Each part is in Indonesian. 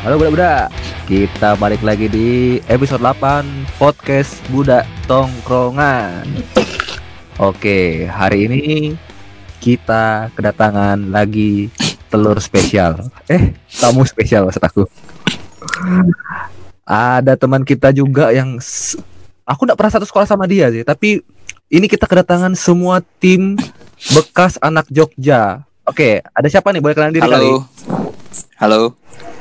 Halo budak-budak, kita balik lagi di episode 8 podcast Budak Tongkrongan. Oke, hari ini kita kedatangan lagi telur spesial. Tamu spesial maksud aku. Ada teman kita juga yang aku gak pernah satu sekolah sama dia sih, tapi ini kita kedatangan semua tim bekas anak Jogja. Oke, ada siapa nih? Boleh kenalin diri kali? Halo.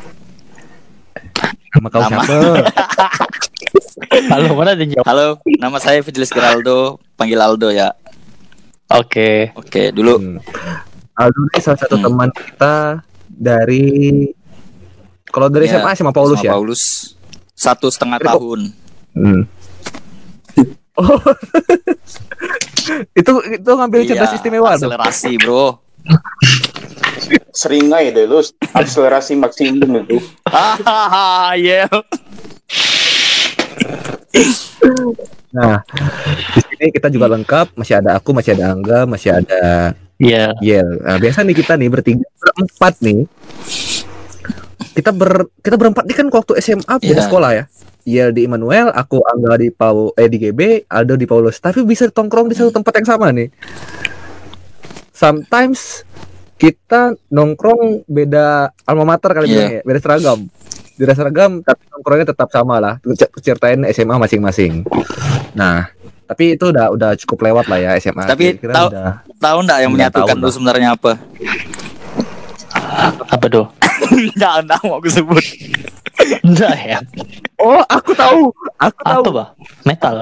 Nama kau siapa? Halo, mana ada jawab? Halo, nama saya Fidelis Geraldo, panggil Aldo ya. Oke. Dulu. Aldo ini salah satu teman kita dari, kalau dari SMA sama Paulus ya? Paulus 1,5 tahun. Oh. itu ngambil cerdas istimewa tuh. Akselerasi bro. Sering aja deh lu akselerasi maksimum itu. Iya. Nah, di sini kita juga lengkap, masih ada aku, masih ada Angga, masih ada Yel. Nah, biasa nih kita nih berempat nih. Kita berempat nih kan waktu SMA beda sekolah ya. Yel di Immanuel, aku Angga di di GB, Aldo di Paulus. Tapi bisa tongkrong di satu tempat yang sama nih. Sometimes kita nongkrong beda alma mater kali ya, beda seragam. Beda seragam tapi nongkrongnya tetap sama lah. Ceritain SMA masing-masing. Nah, tapi itu udah cukup lewat lah ya SMA. Tapi tahu enggak yang menyatukan itu sebenarnya apa? Apa tuh? Enggak mau aku sebut. Enggak ya. Oh, aku tahu. Apa, Bah? Metal,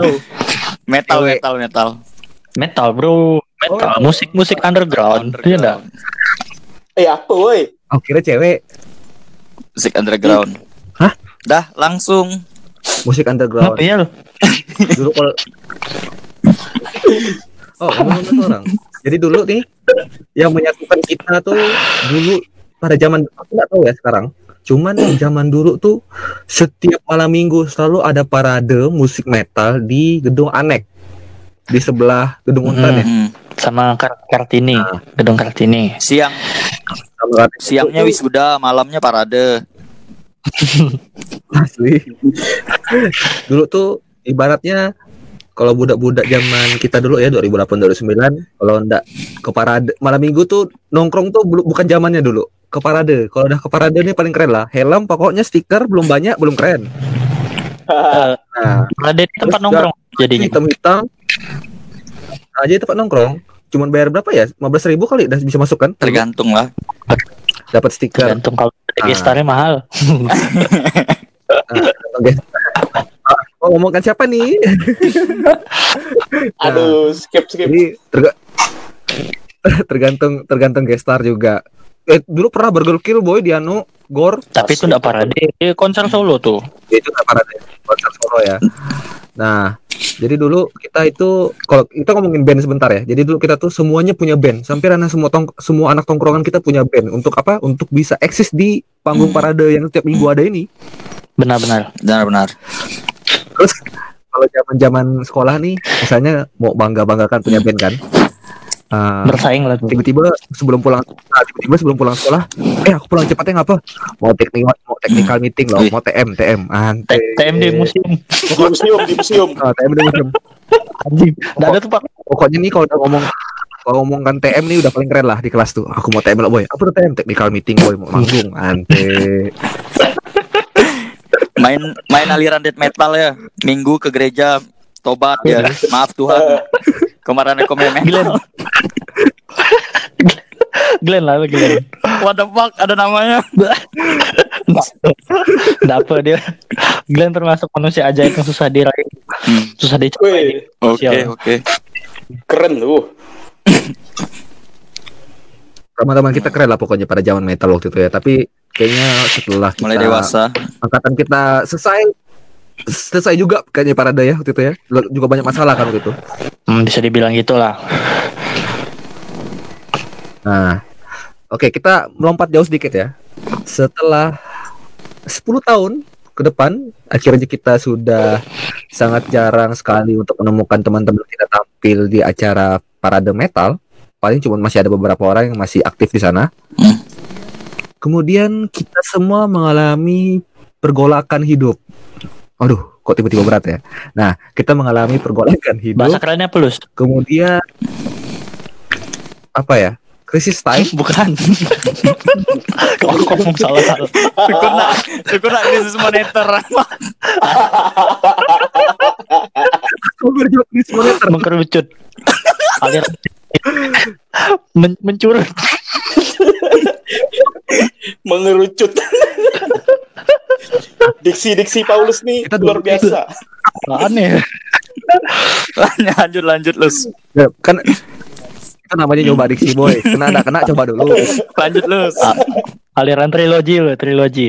bro. Metal, musik underground. Iya enggak? Apa woi? Oh, kira cewek. Musik underground. Hah? Dah, langsung. Musik underground. Apa ya lo? Dulu kalau ngomong orang. Jadi dulu nih yang menyatukan kita tuh dulu pada zaman, aku nggak tahu ya sekarang. Cuman zaman dulu tuh setiap malam minggu selalu ada parade musik metal di gedung Anek di sebelah gedung Untan ya. Sama Kartini, gedung Kartini. Siangnya wisuda, malamnya parade. Asli. Dulu tuh ibaratnya kalau budak-budak zaman kita dulu ya 2008 2009 kalau ndak ke parade malam minggu tuh nongkrong tuh bukan zamannya dulu. Ke parade. Kalau udah ke parade ini paling keren lah. Helm pokoknya stiker belum banyak, belum keren. Parade tempat nongkrong jadinya. Hitam-hitam. Aja tempat nongkrong. Cuman bayar berapa ya? 15.000 kali udah bisa masuk kan? Tergantung lah. Dapat stiker. Tergantung kalau gestarnya mahal. Ngomongkan siapa nih? Aduh, skip. Jadi tergantung gestar juga. Dulu pernah Burger Kill boy di Gor. Tapi itu enggak parade, konser solo tuh. Itu enggak parade, konser solo ya. Nah, jadi dulu kita itu kalau kita ngomongin band sebentar ya. Jadi dulu kita tuh semuanya punya band. Sampai semua anak tongkrongan kita punya band. Untuk apa? Untuk bisa eksis di panggung parade yang setiap minggu ada ini. Benar. Terus kalau zaman sekolah nih, misalnya mau banggakan punya band kan? Bersaing lah tuh. Tiba-tiba sebelum pulang sekolah, aku pulang cepatnya ngapa? Mau technical meeting loh, mau TM. TM di museum. Di museum. TM di museum. Anjing, enggak ada tuh, Pak. Pokoknya nih kalau ngomongkan TM nih udah paling keren lah di kelas tuh. Aku mau TM lah boy. Apa tuh TM? Technical meeting boy, mau manggung. Main aliran death metal ya. Minggu ke gereja tobat ya. Maaf Tuhan. Kemarin aku main metal. Glenn. What the fuck, ada namanya. Enggak apa dia. Glenn termasuk manusia ajaib yang susah diraih. Susah dicapai. Oke. Keren lu. Teman-teman kita keren lah pokoknya pada zaman metal waktu itu ya. Tapi kayaknya setelah kita mulai dewasa, angkatan kita selesai juga kayaknya parade ya waktu itu ya. Juga banyak masalah kan waktu itu. Bisa dibilang gitulah. Nah, oke, kita melompat jauh sedikit ya. Setelah 10 tahun ke depan, akhirnya kita sudah sangat jarang sekali untuk menemukan teman-teman kita tampil di acara parade metal. Paling cuma masih ada beberapa orang yang masih aktif di sana. Kemudian kita semua mengalami pergolakan hidup. Aduh, kok tiba-tiba berat ya. Nah, kita mengalami pergolakan hidup. Bahasa kerennya plus. Kemudian apa ya? Krisis time. Bukan. Kok ngomong salah. Syukur nak krisis moneter. Krisis moneter. Mengkerucut. Aliran mencurut. Mengerucut. Diksi Paulus nih Kita luar biasa. Aneh. Lanjut Lus. Ya, kan namanya nyoba diksi boy. Kena coba dulu. Lanjut Lus. Aliran trilogi.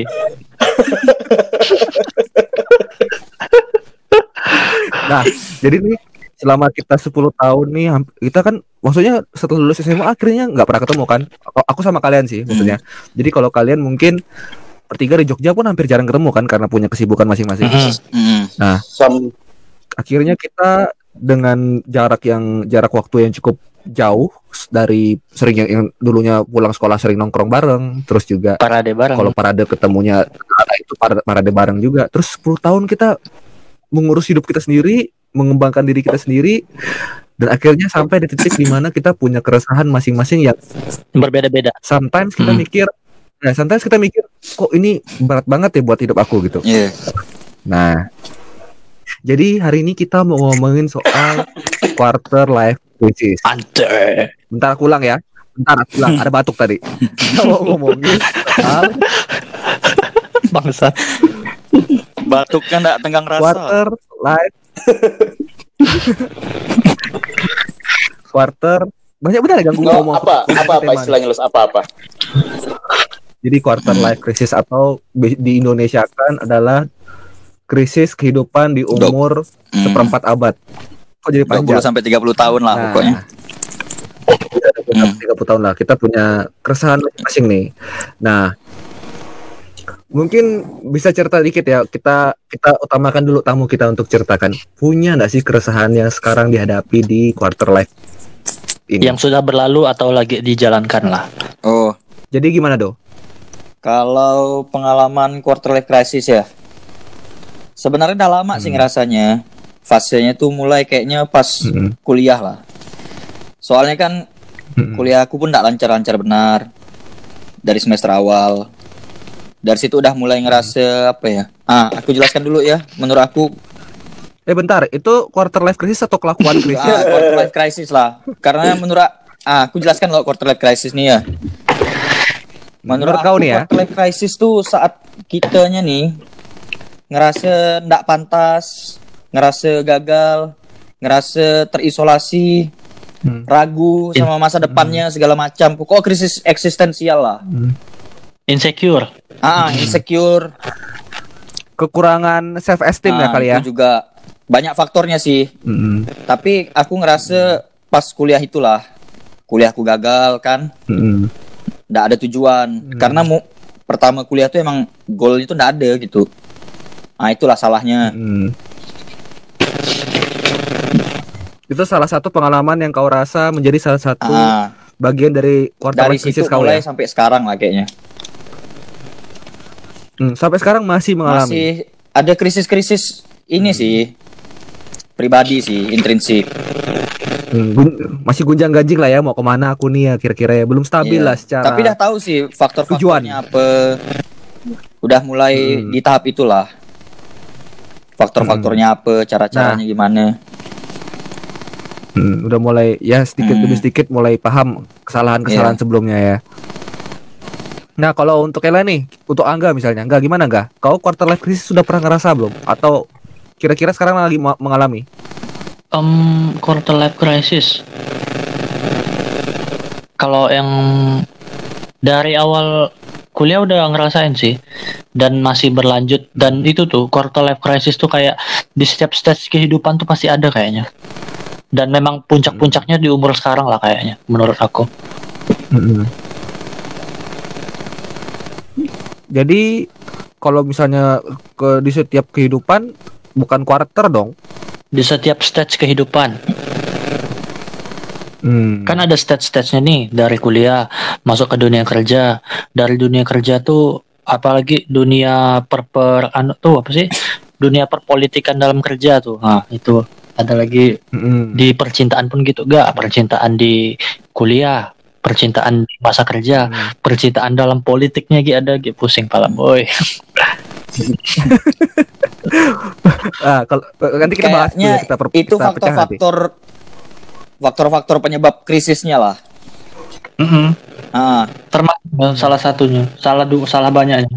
Nah, jadi nih selama kita 10 tahun nih, kita kan maksudnya setelah lulus SMA akhirnya nggak pernah ketemu kan. Aku sama kalian sih maksudnya. Jadi kalau kalian mungkin bertiga di Jogja pun hampir jarang ketemu kan karena punya kesibukan masing-masing. Nah, akhirnya kita dengan jarak waktu yang cukup jauh dari sering yang dulunya pulang sekolah sering nongkrong bareng, terus juga parade bareng. Kalau parade ketemunya itu parade bareng juga. Terus 10 tahun kita mengurus hidup kita sendiri, mengembangkan diri kita sendiri, dan akhirnya sampai di titik di mana kita punya keresahan masing-masing yang berbeda-beda. Sometimes kita mikir kok ini berat banget ya buat hidup aku gitu. Yeah. Nah, jadi hari ini kita mau ngomongin soal quarter life crisis. Anjir. Bentar aku ulang ya. Ada batuk tadi. Kita mau ngomongin soal bangsat. Batuknya enggak tenggang rasa. Quarter life. Quarter banyak benar ganggu ngomong. Apa istilahnya Lus? Apa? Jadi quarter life crisis atau di Indonesia kan adalah krisis kehidupan di umur seperempat abad. Kok jadi panjang? 20 sampai 30 tahun lah pokoknya. 30 tahun lah. Kita punya keresahan masing-masing nih. Nah, mungkin bisa cerita dikit ya. Kita utamakan dulu tamu kita untuk ceritakan. Punya nggak sih keresahan yang sekarang dihadapi di quarter life ini? Yang sudah berlalu atau lagi dijalankan lah. Oh. Jadi gimana Do? Kalau pengalaman quarter life crisis ya, sebenarnya udah lama sih ngerasanya. Fasenya tuh mulai kayaknya pas kuliah lah. Soalnya kan kuliah aku pun gak lancar-lancar benar dari semester awal. Dari situ udah mulai ngerasa apa ya? Aku jelaskan dulu ya. Menurut aku bentar, itu quarter life crisis atau kelakuan krisis? Quarter life crisis lah. Karena menurut aku jelaskan loh quarter life crisis nih ya. Menurut aku nih ya, quarter life crisis tuh saat kitanya nih ngerasa ndak pantas, ngerasa gagal, ngerasa terisolasi, ragu sama masa depannya segala macam. Pokoknya krisis eksistensial lah. Insecure. Insecure. Kekurangan self esteem ya kali ya. Itu juga banyak faktornya sih. Tapi aku ngerasa pas kuliah itulah, kuliahku gagal kan. Nggak ada tujuan. Karena pertama kuliah tuh emang goalnya tuh nggak ada gitu. Itulah salahnya. Itu salah satu pengalaman yang kau rasa menjadi salah satu bagian dari quarter life crisis kau mulai ya? Sampai sekarang lah kayaknya. Sampai sekarang masih mengalami? Masih ada krisis-krisis ini sih. Pribadi sih, intrinsik. Masih gunjang-ganjing lah ya, mau kemana aku nih ya kira-kira ya. Belum stabil lah secara. Tapi udah tahu sih faktor-faktornya apa. Udah mulai di tahap itulah. Faktor-faktornya apa, cara-caranya gimana. Udah mulai ya sedikit demi sedikit mulai paham kesalahan-kesalahan sebelumnya ya. Nah kalau untuk Ella nih, untuk Angga misalnya, gimana Angga? Kau quarter life crisis sudah pernah ngerasa belum? Atau kira-kira sekarang lagi mengalami? Quarter life crisis. Kalau yang dari awal kuliah udah ngerasain sih, dan masih berlanjut. Dan itu tuh quarter life crisis tuh kayak di setiap stage kehidupan tuh pasti ada kayaknya. Dan memang puncak-puncaknya di umur sekarang lah kayaknya, menurut aku. Jadi kalau misalnya di setiap kehidupan bukan quarter dong? Di setiap stage kehidupan. Kan ada stage-stage-nya nih, dari kuliah masuk ke dunia kerja. Dari dunia kerja tuh apalagi dunia tuh apa sih? Dunia perpolitikan dalam kerja tuh. Nah, itu ada lagi di percintaan pun gitu. Gak, percintaan di kuliah, percintaan di masa kerja, percintaan dalam politiknya gitu ada gitu, pusing pala boy. Kalau nanti kita bahas itu faktor-faktor penyebab krisisnya lah. Termasuk salah satunya, salah banyaknya.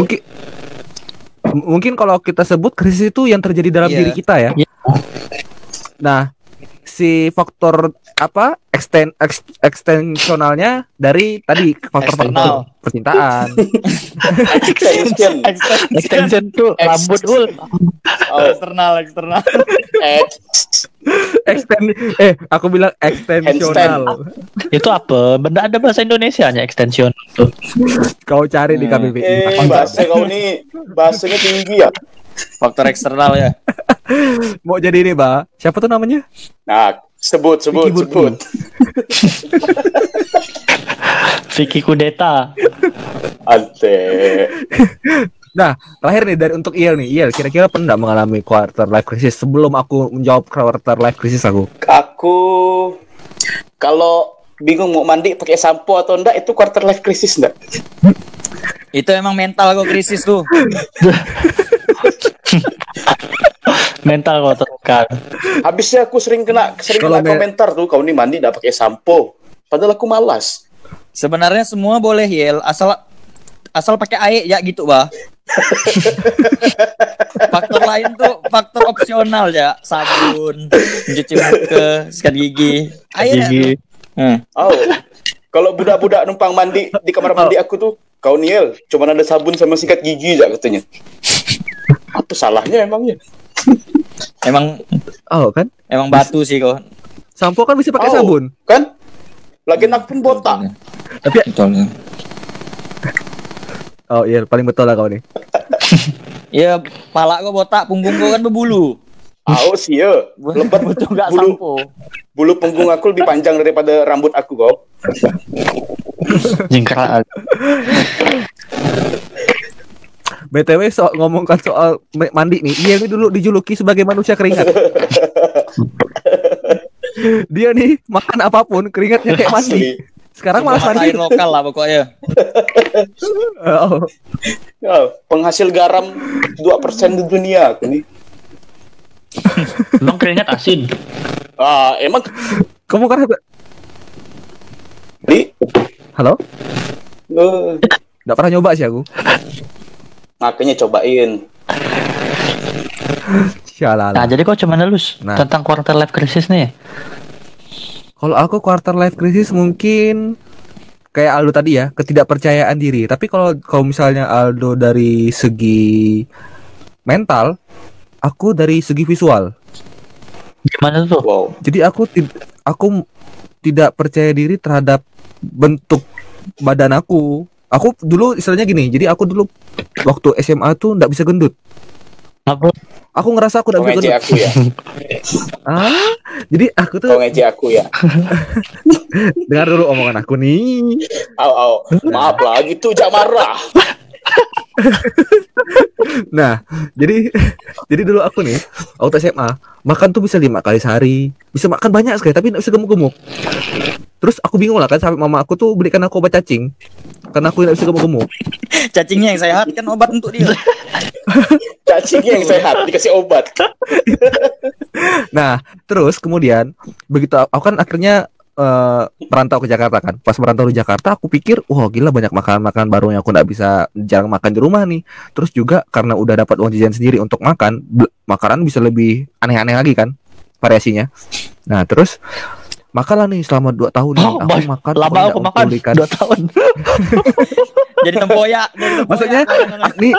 Mungkin kalau kita sebut krisis itu yang terjadi dalam diri kita ya. Nah, si faktor ekstensionalnya dari tadi faktor percintaan. Extension tuh rambut eksternal. Aku bilang ekstensional. Itu apa? Benda ada bahasa Indonesianya ekstension tuh. Kau cari di KBBI. Bahasa kau nih bahasanya tinggi ya. Faktor eksternal ya. Mau jadi ini, Mbak. Siapa tuh namanya? Nah, sebut. Vicky Kudeta. Ante. Nah, terakhir nih untuk Iel nih. Iel, kira-kira pernah mengalami quarter life crisis? Sebelum aku menjawab quarter life crisis aku kalau bingung mau mandi pakai sampo atau enggak, itu quarter life crisis enggak? Itu emang mental kok krisis tuh. Mental kok tertekan. Habisnya aku sering kena komentar tuh, kau nih mandi enggak pakai sampo. Padahal aku malas. Sebenarnya semua boleh Yel, asal pakai air ya gitu, Bah. Faktor lain tuh faktor opsional ya, sabun, cuci muka, sikat gigi. Air. Kalau budak-budak numpang mandi di kamar mandi aku tuh, kau Niel, cuma ada sabun sama sikat gigi aja katanya. Apa salahnya emangnya? Emang batu sih kok. Sampo kan bisa pakai sabun. Kan? Lagi nak pun botak. Tapi iya, paling betul lah kau nih. Iya, pala kau botak, punggung kau kan berbulu. Sih ya. Lebat betul enggak sampo. Bulu punggung aku lebih panjang daripada rambut aku kau. Jingkraan. BTW ngomongkan soal mandi nih. Iya, ini dulu dijuluki sebagai manusia keringat. Dia nih makan apapun keringatnya kayak mandi. Sekarang malah mandi. Air lokal lah pokoknya. Penghasil garam 2% di dunia aku nih. Emang keringat asin? Emang kamu kan halo? Nggak pernah nyoba sih aku. Makanya cobain. Nah, jadi kok cuma lulus tentang quarter life crisis nih? Kalau aku quarter life crisis mungkin kayak Aldo tadi ya, ketidakpercayaan diri. Tapi kalau misalnya Aldo dari segi mental, aku dari segi visual. Gimana tuh? Wow. Jadi aku tidak percaya diri terhadap bentuk badan aku. Aku dulu istilahnya gini. Jadi aku dulu waktu SMA tuh nggak bisa gendut. Apa? Aku ngerasa aku nggak bisa gendut. Aku ya. Jadi aku tuh. Kau ngejek aku ya. Dengar dulu omongan aku nih. Maaf lah gitu, jangan marah. Nah, jadi dulu aku nih waktu SMA makan tuh bisa 5 kali sehari, bisa makan banyak sekali tapi nggak bisa gemuk-gemuk. Terus aku bingung lah kan, sampai mama aku tuh belikan aku obat cacing karena aku nggak bisa gemuk-gemuk. Cacingnya yang sehat kan obat untuk dia. Cacingnya yang sehat dikasih obat. Nah, terus kemudian begitu aku kan akhirnya merantau ke Jakarta kan. Pas merantau di Jakarta aku pikir, wah gila banyak makanan baru yang aku nggak bisa jarang makan di rumah nih. Terus juga karena udah dapat uang jajan sendiri untuk makan, makanan bisa lebih aneh-aneh lagi kan variasinya. Nah terus makanlah nih selama 2 tahun nih aku makan. Lama aku makan 2 tahun. Jadi tempoyak. Maksudnya nih.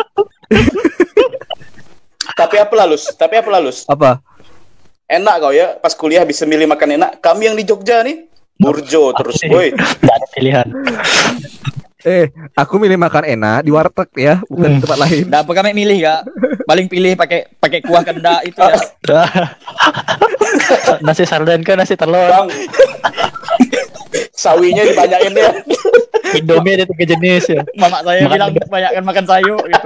Tapi apa lalus? Apa? Enak kau ya pas kuliah bisa milih makan enak. Kami yang di Jogja nih burjo terus, boy. Gak ada pilihan. Aku milih makan enak di warteg ya, bukan di tempat lain. Nah, apa kami milih gak? Paling pilih pakai kuah kendak itu ya. Nasi sarden ke nasi telur. Bang, Sawinya dibanyakin ya. Indomie ada 3 jenis ya. Mama saya bilang banyakkan makan sayur gitu.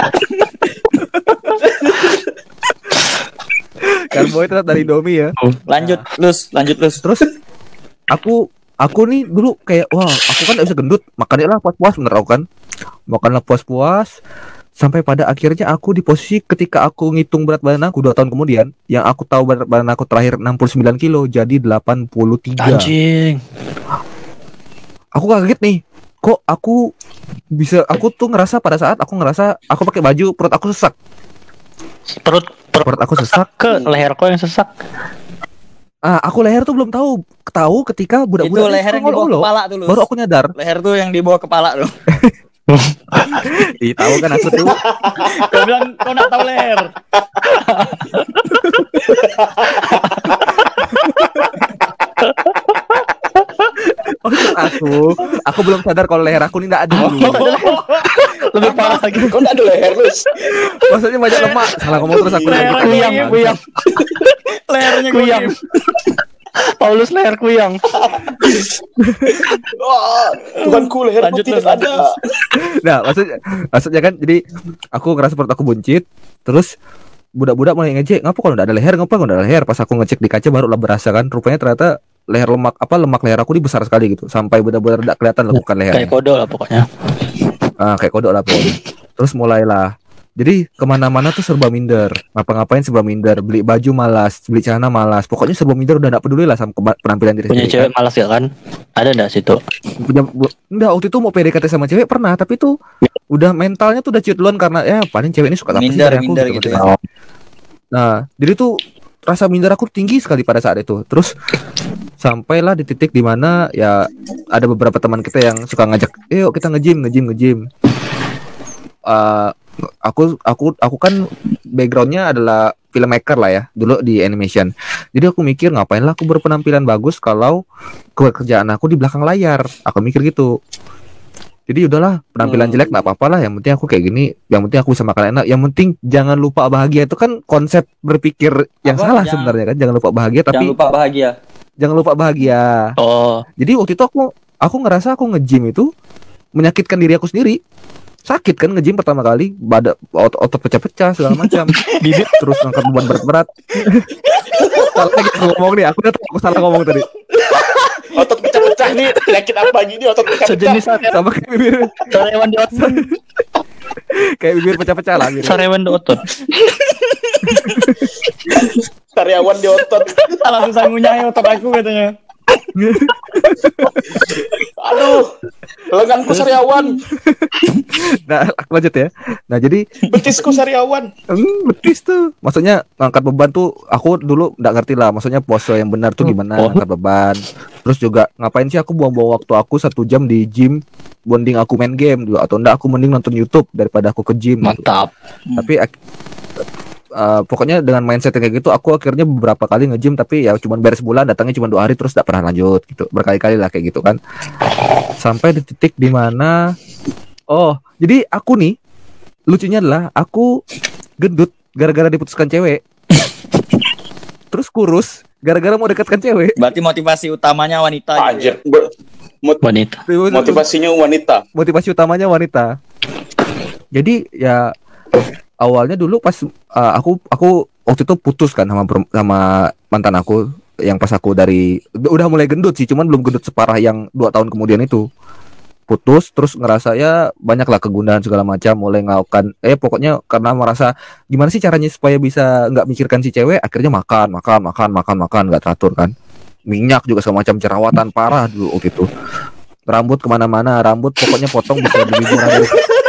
Karbohidrat dari Indomie ya. Lanjut, Lus. Terus aku nih dulu kayak wah, aku kan gak bisa gendut, makannya lah puas-puas bener aku kan. Makanlah puas-puas sampai pada akhirnya aku di posisi ketika aku ngitung berat badan aku 2 tahun kemudian, yang aku tahu berat badan aku terakhir 69 kilo jadi 83. Anjing. Aku kaget nih. Kok aku tuh ngerasa pada saat aku ngerasa aku pakai baju perut aku sesak. Perut aku sesak ke leherku yang sesak. Aku leher tuh belum tahu ketika budak-budak itu leher yang di bawah kepala tuh, Lus. Baru aku nyadar. Leher tuh yang di bawah kepala tuh. Tahu kan aku tuh. Kau bilang kau nak tahu leher. Aku belum sadar kalau leher aku ini enggak ada dulu. Lebih parah lagi. Kau enggak ada leher, Lus. Maksudnya banyak lemak. Salah ngomong terus aku. Kuyang. Lehernya kuyang. Paulus leher kuyang. Tuhanku, leherku tidak ada. Nah, maksudnya kan jadi aku ngerasa perut aku buncit, terus budak-budak mulai ngejek, ngapa kalau enggak ada leher, Pas aku ngecek di kaca baru lah berasa kan, rupanya ternyata lemak leher aku ini besar sekali gitu, sampai benar-benar tidak kelihatan bukan leher. Kayak kodok lah pokoknya. Kayak kodok lah pokoknya. Terus mulailah. Jadi kemana-mana tuh serba minder, ngapa-ngapain serba minder, beli baju malas, beli celana malas, pokoknya serba minder, udah gak peduli lah sama penampilan diri sendiri. Punya cewek malas ya kan? Ada nggak situ? Enggak, waktu itu mau PDKT sama cewek pernah, tapi tuh udah mentalnya tuh udah ciut duluan karena ya paling cewek ini suka apa sih dari aku gitu ya. Nah, jadi tuh rasa minder aku tinggi sekali pada saat itu. Terus sampailah di titik dimana ya ada beberapa teman kita yang suka ngajak, yuk kita nge-gym. Aku kan backgroundnya adalah filmmaker lah ya dulu di animation. Jadi aku mikir ngapain lah aku berpenampilan bagus kalau kerjaan aku di belakang layar. Aku mikir gitu. Jadi udahlah penampilan jelek nggak apa-apa lah. Yang penting aku kayak gini. Yang penting aku bisa makan enak. Yang penting jangan lupa bahagia. Itu kan konsep berpikir yang salah sebenarnya kan. Jangan lupa bahagia tapi jangan lupa bahagia. Oh. Jadi waktu itu aku ngerasa aku nge-gym itu menyakitkan diri aku sendiri. Sakit kan nge-gym pertama kali, otot pecah-pecah segala macam. Bibir terus ngangkat beban berat-berat. Salah gitu ngomong nih, aku salah ngomong tadi. Otot pecah-pecah nih, penyakit apa gini otot pecah-pecah? Sejenis sama kayak bibir. Sariawan di otot. Kayak bibir pecah-pecah lah. Sariawan di otot. Sariawan di otot. Salah susah ngunyah otot aku katanya. Aduh, lenganku sariawan. Nah, aku lanjut ya. Nah, jadi betisku sariawan. Betis tuh. Maksudnya ngangkat beban tuh aku dulu enggak ngerti lah. Maksudnya pose yang benar tuh gimana ngangkat beban. Terus juga ngapain sih aku buang-buang waktu aku 1 jam di gym, bonding aku main game juga atau enggak aku mending nonton YouTube daripada aku ke gym. Mantap. Gitu. Tapi pokoknya dengan mindset kayak gitu aku akhirnya beberapa kali nge-gym tapi ya cuma beres bulan, datangnya cuma 2 hari terus tidak pernah lanjut gitu, berkali-kali lah kayak gitu kan, sampai di titik dimana jadi aku nih lucunya adalah aku gendut gara-gara diputuskan cewek. Terus kurus gara-gara mau dekatkan cewek. Berarti motivasi utamanya wanita. Anjir, wanita. Motivasinya wanita. Motivasi utamanya wanita. Jadi ya awalnya dulu pas aku waktu itu putus kan sama mantan aku yang pas aku udah mulai gendut sih, cuman belum gendut separah yang 2 tahun kemudian itu. Putus terus ngerasa ya banyaklah kegundahan segala macam, mulai ngelakukan pokoknya karena merasa gimana sih caranya supaya bisa nggak mikirkan si cewek, akhirnya makan nggak teratur kan, minyak juga segala macam, jerawatan parah dulu waktu itu, rambut kemana-mana, rambut pokoknya potong bisa lebih murah dari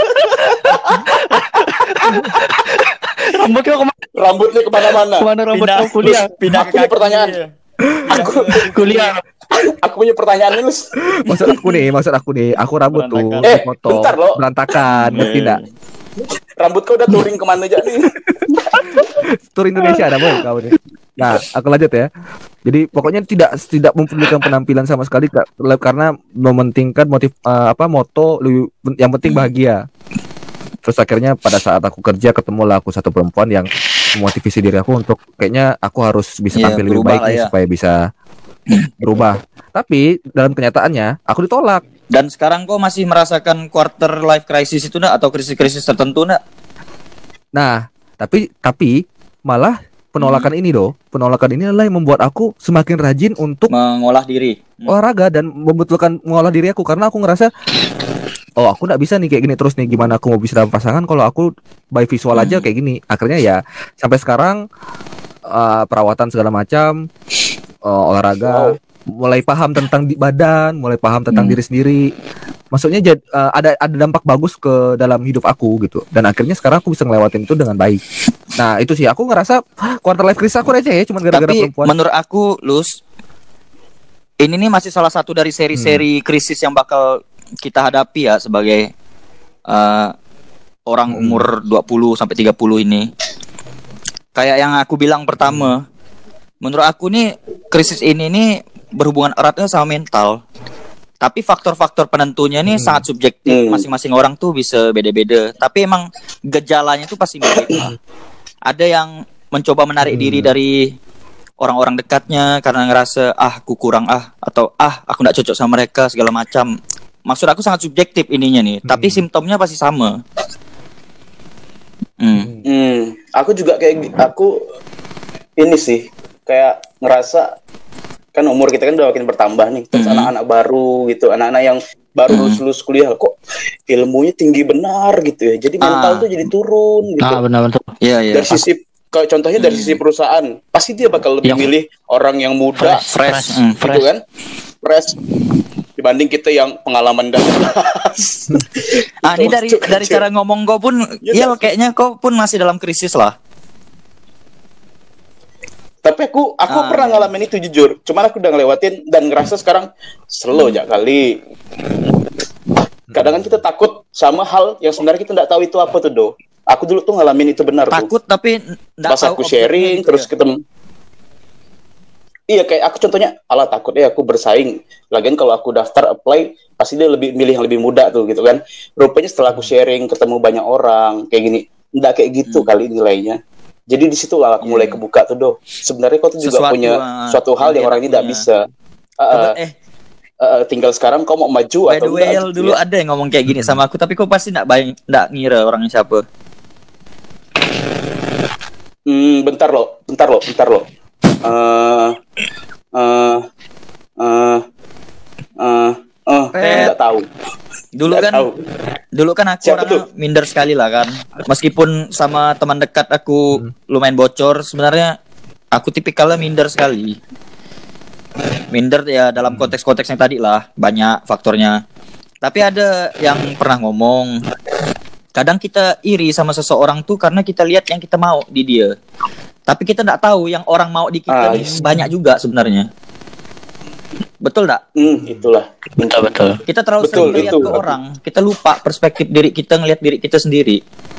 rambutnya kemana-mana. Kemana rambut kamu kuliah? Pindah aku punya pertanyaan. Kuliah. Aku punya pertanyaan nih, Lus. Maksud aku nih, aku rambut tuh potong berantakan, ngerti enggak? Rambut kau udah touring kemana aja nih? Tour Indonesia ada boleh kau nih. Nah, aku lanjut ya. Jadi pokoknya tidak memperdulikan penampilan sama sekali karena mementingkan moto yang penting bahagia. Terus akhirnya pada saat aku kerja ketemulah aku satu perempuan yang memotivasi diri aku untuk kayaknya aku harus bisa tampil lebih baik nih supaya bisa berubah. Tapi dalam kenyataannya aku ditolak. Dan sekarang kau masih merasakan quarter life crisis itu enggak, atau krisis-krisis tertentu enggak? Nah, tapi malah penolakan ini adalah yang membuat aku semakin rajin untuk mengolah diri, olahraga dan membetulkan mengolah diri aku, karena aku ngerasa oh aku nggak bisa nih kayak gini terus nih, gimana aku mau bisa dalam pasangan kalau aku by visual aja kayak gini. Akhirnya ya sampai sekarang perawatan segala macam, olahraga, mulai paham tentang badan, mulai paham tentang diri sendiri. Maksudnya ada dampak bagus ke dalam hidup aku gitu. Dan akhirnya sekarang aku bisa ngelewatin itu dengan baik. Nah itu sih aku ngerasa quarter life crisis aku aja ya, cuma gara-gara perempuan. Tapi menurut aku, Lus, ini nih masih salah satu dari seri-seri krisis yang bakal kita hadapi ya sebagai orang umur 20 sampai 30 ini. Kayak yang aku bilang pertama, menurut aku nih krisis ini nih berhubungan eratnya sama mental. Tapi faktor-faktor penentunya nih sangat subjektif. Masing-masing orang tuh bisa beda-beda. Tapi emang gejalanya tuh pasti mirip lah. Ada yang mencoba menarik diri dari orang-orang dekatnya karena ngerasa aku kurang atau aku nggak cocok sama mereka segala macam. Maksud aku sangat subjektif ininya nih. Tapi simptomnya pasti sama. Aku juga aku ini sih kayak ngerasa kan umur kita kan udah makin bertambah nih, terus anak-anak baru gitu, anak-anak yang baru lulus kuliah kok ilmunya tinggi benar gitu ya, jadi mental tuh jadi turun gitu. Benar-benar. Iya. Dari sisi kalau contohnya dari sisi perusahaan, pasti dia bakal lebih milih orang yang muda, fresh. Gitu kan, fresh dibanding kita yang pengalaman dan ini dari cara ngomong kau pun, ya kayaknya kau pun masih dalam krisis lah. Tapi aku pernah ngalamin itu jujur. Cuman aku udah ngelewatin dan ngerasa sekarang slow aja kali. Kadang kan kita takut sama hal yang sebenarnya kita nggak tahu itu apa tuh, Do. Aku dulu tuh ngalamin itu benar. Takut tuh. Tapi nggak tahu. Pas aku sharing terus ketemu. Iya, kayak aku contohnya, takut aku bersaing. Lagian kalau aku daftar apply, pasti dia lebih milih yang lebih muda tuh gitu kan. Rupanya setelah aku sharing ketemu banyak orang kayak gini, nggak kayak gitu kali nilainya. Jadi di situ lah aku mulai kebuka tuh, Do. Sebenarnya kau tuh juga punya suatu hal yang orang ini tidak bisa. Tinggal sekarang kau mau maju atau enggak. By the way, dulu ada yang ngomong kayak gini sama aku, tapi kau pasti nggak ngira orangnya siapa. Bentar lo. Nggak tahu. Dulu kan aku orangnya minder sekali lah kan. Meskipun sama teman dekat aku lumayan bocor, sebenarnya aku tipikalnya minder sekali. Minder ya dalam konteks-konteks yang tadi lah, banyak faktornya. Tapi ada yang pernah ngomong, kadang kita iri sama seseorang tuh karena kita lihat yang kita mau di dia. Tapi kita nggak tahu yang orang mau di kita banyak juga sebenarnya. Betul tak? Itulah. Betul. Kita terlalu sering melihat ke orang, kita lupa perspektif diri kita, ngelihat diri kita sendiri.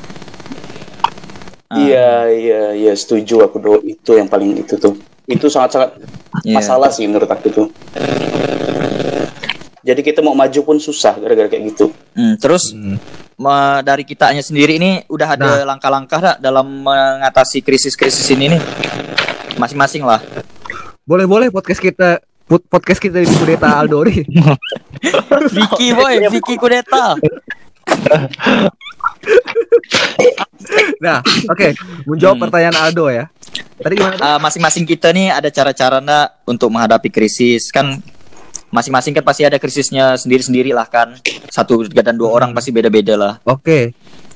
Iya, setuju aku, Do. Itu yang paling itu tuh. Itu sangat-sangat masalah sih menurut aku tuh. Jadi kita mau maju pun susah gara-gara kayak gitu. Terus dari kitanya sendiri ini udah ada langkah-langkah tak dalam mengatasi krisis-krisis ini nih? Masing-masing lah. Boleh podcast kita di Kudeta Aldo nih. Vicky Kudeta. Nah, oke. Menjawab pertanyaan Aldo ya. Tadi gimana? Masing-masing kita nih ada cara-cara enggak untuk menghadapi krisis? Kan masing-masing kan pasti ada krisisnya sendiri-sendiri lah kan. Satu dan dua orang pasti beda-beda lah. Oke.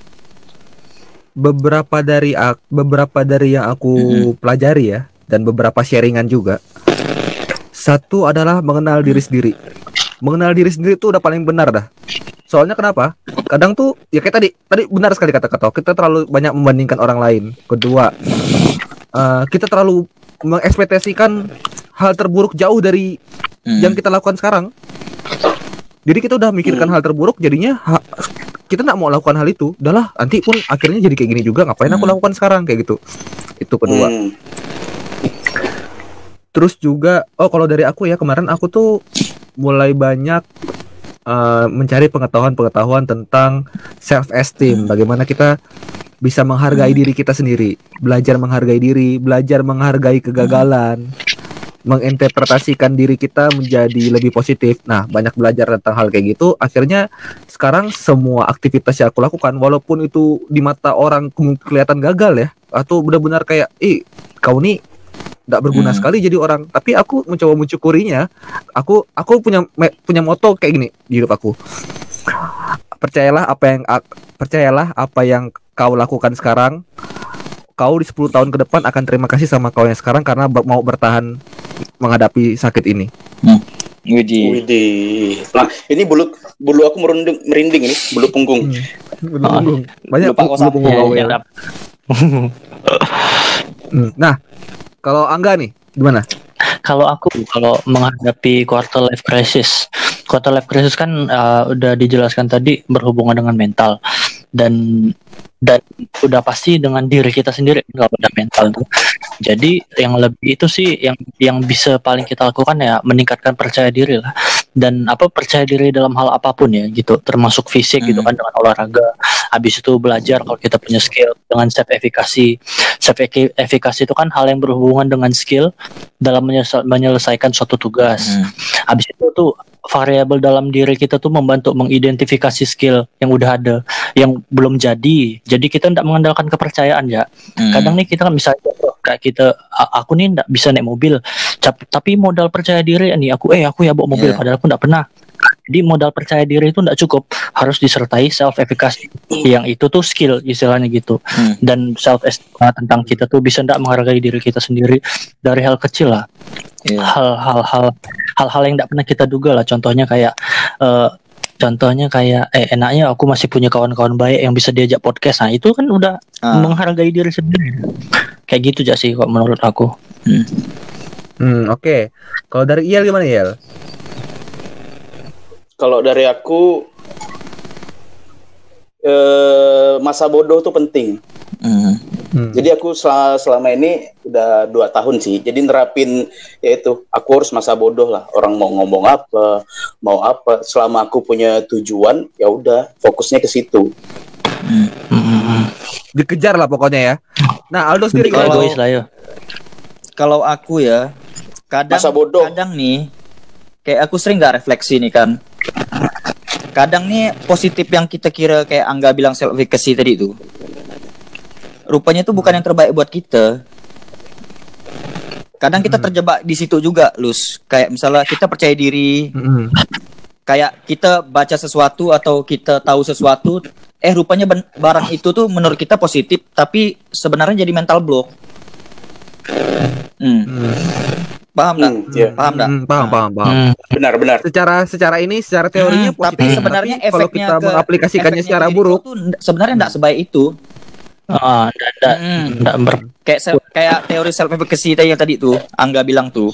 Beberapa dari yang aku pelajari ya, dan beberapa sharingan juga. Satu adalah mengenal diri sendiri. Mengenal diri sendiri itu udah paling benar dah. Soalnya kenapa? Kadang tuh ya kayak tadi benar sekali kata-kata. Kita terlalu banyak membandingkan orang lain. Kedua, kita terlalu mengekspektasikan hal terburuk jauh dari yang kita lakukan sekarang. Jadi kita udah mikirkan hal terburuk, jadinya kita nggak mau lakukan hal itu. Udahlah, nanti pun akhirnya jadi kayak gini juga. Ngapain aku lakukan sekarang kayak gitu? Itu kedua. Terus juga, kalau dari aku ya, kemarin aku tuh mulai banyak mencari pengetahuan tentang self-esteem. Bagaimana kita bisa menghargai diri kita sendiri. Belajar menghargai diri, belajar menghargai kegagalan. menginterpretasikan diri kita menjadi lebih positif. Nah, banyak belajar tentang hal kayak gitu. Akhirnya sekarang semua aktivitas yang aku lakukan, walaupun itu di mata orang kelihatan gagal ya, atau benar-benar kayak, kau nih nggak berguna sekali jadi orang. Tapi aku mencoba mencukurinya. Aku punya moto kayak gini di hidup aku. Percayalah apa yang kau lakukan sekarang, kau di 10 tahun ke depan akan terima kasih sama kau yang sekarang karena mau bertahan menghadapi sakit ini. Widih. Nah, ini bulu aku merinding ini, bulu punggung. Bulu punggung. Banyak bulu punggung kau ya. Nah, kalau Angga nih gimana? Kalau menghadapi quarter life crisis kan udah dijelaskan tadi berhubungan dengan mental dan udah pasti dengan diri kita sendiri kalau udah mental tuh. Jadi yang lebih itu sih yang bisa paling kita lakukan ya meningkatkan percaya diri lah. Dan percaya diri dalam hal apapun ya gitu, termasuk fisik gitu kan, dengan olahraga. Habis itu belajar kalau kita punya skill, dengan self efficacy itu kan hal yang berhubungan dengan skill dalam menyelesaikan suatu tugas. Habis itu tuh variabel dalam diri kita tuh membantu mengidentifikasi skill yang udah ada, yang belum jadi kita tidak mengandalkan kepercayaan ya. Kadang nih kita kan bisa kayak aku nih tidak bisa naik mobil, tapi modal percaya diri nih aku ya bawa mobil, padahal aku tidak pernah. Jadi modal percaya diri itu tidak cukup, harus disertai self efficacy yang itu tuh skill istilahnya gitu. Dan self esteem tentang kita tuh bisa tidak menghargai diri kita sendiri dari hal kecil lah. Hal-hal yang tidak pernah kita duga lah. Contohnya kayak enaknya aku masih punya kawan-kawan baik yang bisa diajak podcast. Nah itu kan udah menghargai diri sendiri. Kayak gitu aja sih kok menurut aku. Oke. Kalau dari Iel gimana Iel? Kalau dari aku masa bodoh tuh penting. Jadi aku selama ini udah 2 tahun sih. Jadi nerapin yaitu aku harus masa bodoh lah. Orang mau ngomong apa, mau apa, selama aku punya tujuan ya udah fokusnya ke situ. Dikejar lah pokoknya ya. Nah, Aldo sendiri kalau aku ya kadang nih kayak aku sering nggak refleksi nih kan. Kadang nih positif yang kita kira kayak Angga bilang self efficacy tadi itu, rupanya itu bukan yang terbaik buat kita. Kadang kita terjebak di situ juga, Lus. Kayak misalnya kita percaya diri, kayak kita baca sesuatu atau kita tahu sesuatu, rupanya barang itu tuh menurut kita positif, tapi sebenarnya jadi mental block. Paham nggak? Paham nggak? Paham. Benar. Secara teorinya positif, tapi sebenarnya kalau kita mengaplikasikannya secara buruk, sebenarnya nggak sebaik itu. Kayak teori self efficacy yang tadi tuh Angga bilang tuh.